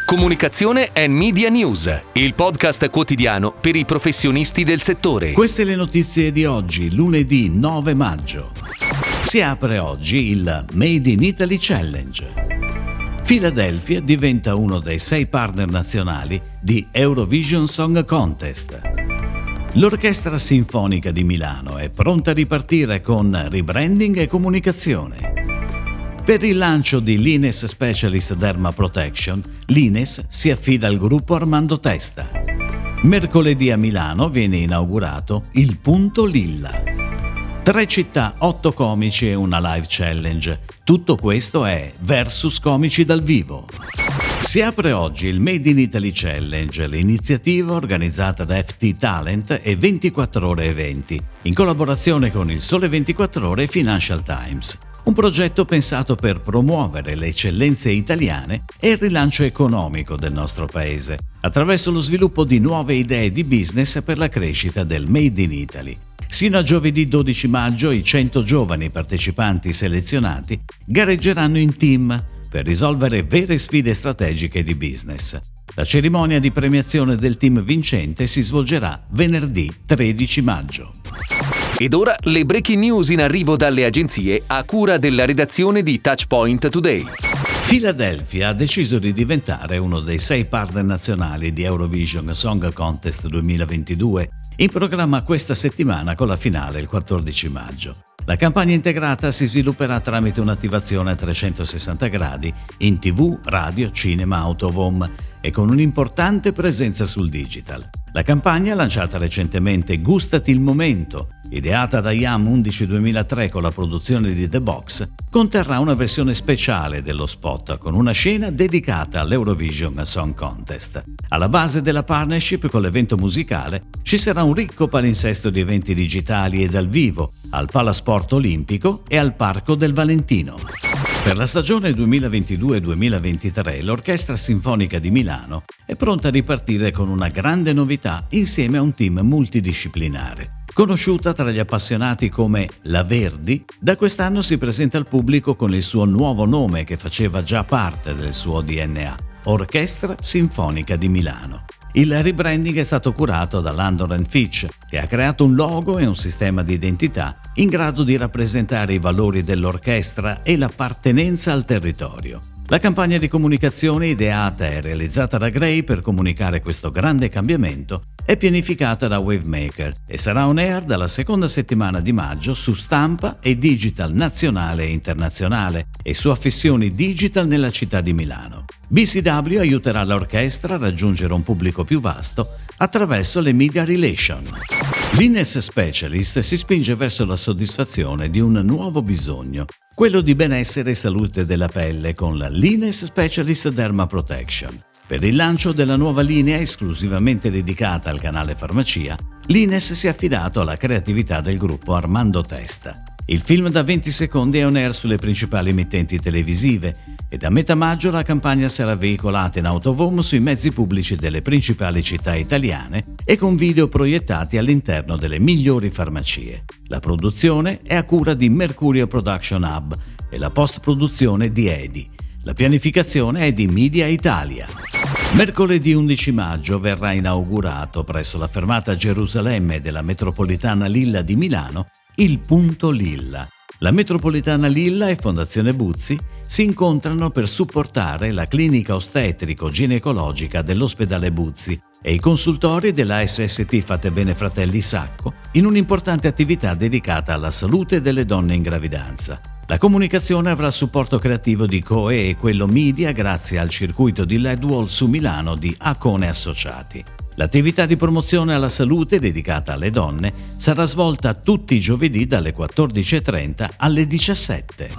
Comunicazione and Media News, il podcast quotidiano per i professionisti del settore. Queste le notizie di oggi, lunedì 9 maggio. Si apre oggi il Made in Italy Challenge. Philadelphia diventa uno dei 6 partner nazionali di Eurovision Song Contest. L'Orchestra Sinfonica di Milano è pronta a ripartire con rebranding e comunicazione. Per il lancio di Lines Specialist Derma Protection, l'Ines si affida al gruppo Armando Testa. Mercoledì a Milano viene inaugurato il Punto Lilla. 3 città, 8 comici e una live challenge. Tutto questo è Versus Comici dal vivo. Si apre oggi il Made in Italy Challenge, l'iniziativa organizzata da FT Talent e 24 Ore Eventi, in collaborazione con il Sole 24 Ore e Financial Times. Un progetto pensato per promuovere le eccellenze italiane e il rilancio economico del nostro paese, attraverso lo sviluppo di nuove idee di business per la crescita del Made in Italy. Sino a giovedì 12 maggio i 100 giovani partecipanti selezionati gareggeranno in team per risolvere vere sfide strategiche di business. La cerimonia di premiazione del team vincente si svolgerà venerdì 13 maggio. Ed ora le breaking news in arrivo dalle agenzie a cura della redazione di Touchpoint Today. Philadelphia ha deciso di diventare uno dei 6 partner nazionali di Eurovision Song Contest 2022, in programma questa settimana con la finale il 14 maggio. La campagna integrata si svilupperà tramite un'attivazione a 360 gradi in TV, radio, cinema, out of home e con un'importante presenza sul digital. La campagna, lanciata recentemente Gustati il momento, ideata da YAM 11-2003 con la produzione di The Box, conterrà una versione speciale dello spot con una scena dedicata all'Eurovision Song Contest. Alla base della partnership con l'evento musicale ci sarà un ricco palinsesto di eventi digitali e dal vivo al Palasport Olimpico e al Parco del Valentino. Per la stagione 2022-2023 l'Orchestra Sinfonica di Milano è pronta a ripartire con una grande novità insieme a un team multidisciplinare. Conosciuta tra gli appassionati come La Verdi, da quest'anno si presenta al pubblico con il suo nuovo nome che faceva già parte del suo DNA, Orchestra Sinfonica di Milano. Il rebranding è stato curato da Landor & Fitch, che ha creato un logo e un sistema di identità in grado di rappresentare i valori dell'orchestra e l'appartenenza al territorio. La campagna di comunicazione ideata e realizzata da Gray per comunicare questo grande cambiamento è pianificata da Wavemaker e sarà on air dalla seconda settimana di maggio su stampa e digital nazionale e internazionale e su affissioni digital nella città di Milano. BCW aiuterà l'orchestra a raggiungere un pubblico più vasto attraverso le media relation. L'Ines Specialist si spinge verso la soddisfazione di un nuovo bisogno, quello di benessere e salute della pelle con la Lines Specialist Derma Protection. Per il lancio della nuova linea esclusivamente dedicata al canale farmacia, l'Ines si è affidato alla creatività del gruppo Armando Testa. Il film da 20 secondi è on air sulle principali emittenti televisive e da metà maggio la campagna sarà veicolata in out of home sui mezzi pubblici delle principali città italiane e con video proiettati all'interno delle migliori farmacie. La produzione è a cura di Mercurio Production Hub e la post-produzione di Edi. La pianificazione è di Media Italia. Mercoledì 11 maggio verrà inaugurato presso la fermata Gerusalemme della metropolitana Lilla di Milano il Punto Lilla. La metropolitana Lilla e Fondazione Buzzi si incontrano per supportare la clinica ostetrico-ginecologica dell'ospedale Buzzi e i consultori della SST Fate Bene Fratelli Sacco in un'importante attività dedicata alla salute delle donne in gravidanza. La comunicazione avrà supporto creativo di Coe e quello media grazie al circuito di LED Wall su Milano di Acone Associati. L'attività di promozione alla salute dedicata alle donne sarà svolta tutti i giovedì dalle 14.30 alle 17.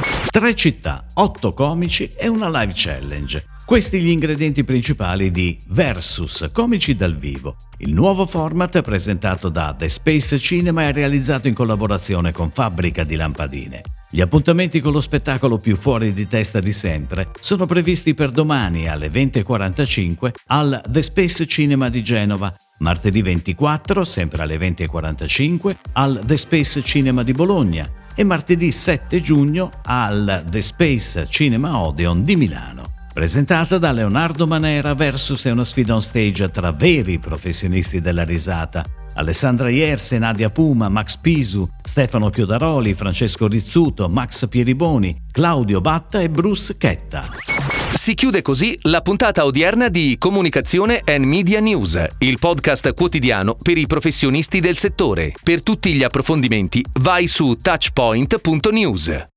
3 città, 8 comici e una live challenge. Questi gli ingredienti principali di Versus Comici dal vivo. Il nuovo format presentato da The Space Cinema è realizzato in collaborazione con Fabbrica di Lampadine. Gli appuntamenti con lo spettacolo più fuori di testa di sempre sono previsti per domani alle 20.45 al The Space Cinema di Genova, martedì 24, sempre alle 20.45, al The Space Cinema di Bologna e martedì 7 giugno al The Space Cinema Odeon di Milano. Presentata da Leonardo Manera, Versus è una sfida on stage tra veri professionisti della risata. Alessandra Ierse, Nadia Puma, Max Pisu, Stefano Chiodaroli, Francesco Rizzuto, Max Pieriboni, Claudio Batta e Bruce Chetta. Si chiude così la puntata odierna di Comunicazione and Media News, il podcast quotidiano per i professionisti del settore. Per tutti gli approfondimenti vai su touchpoint.news.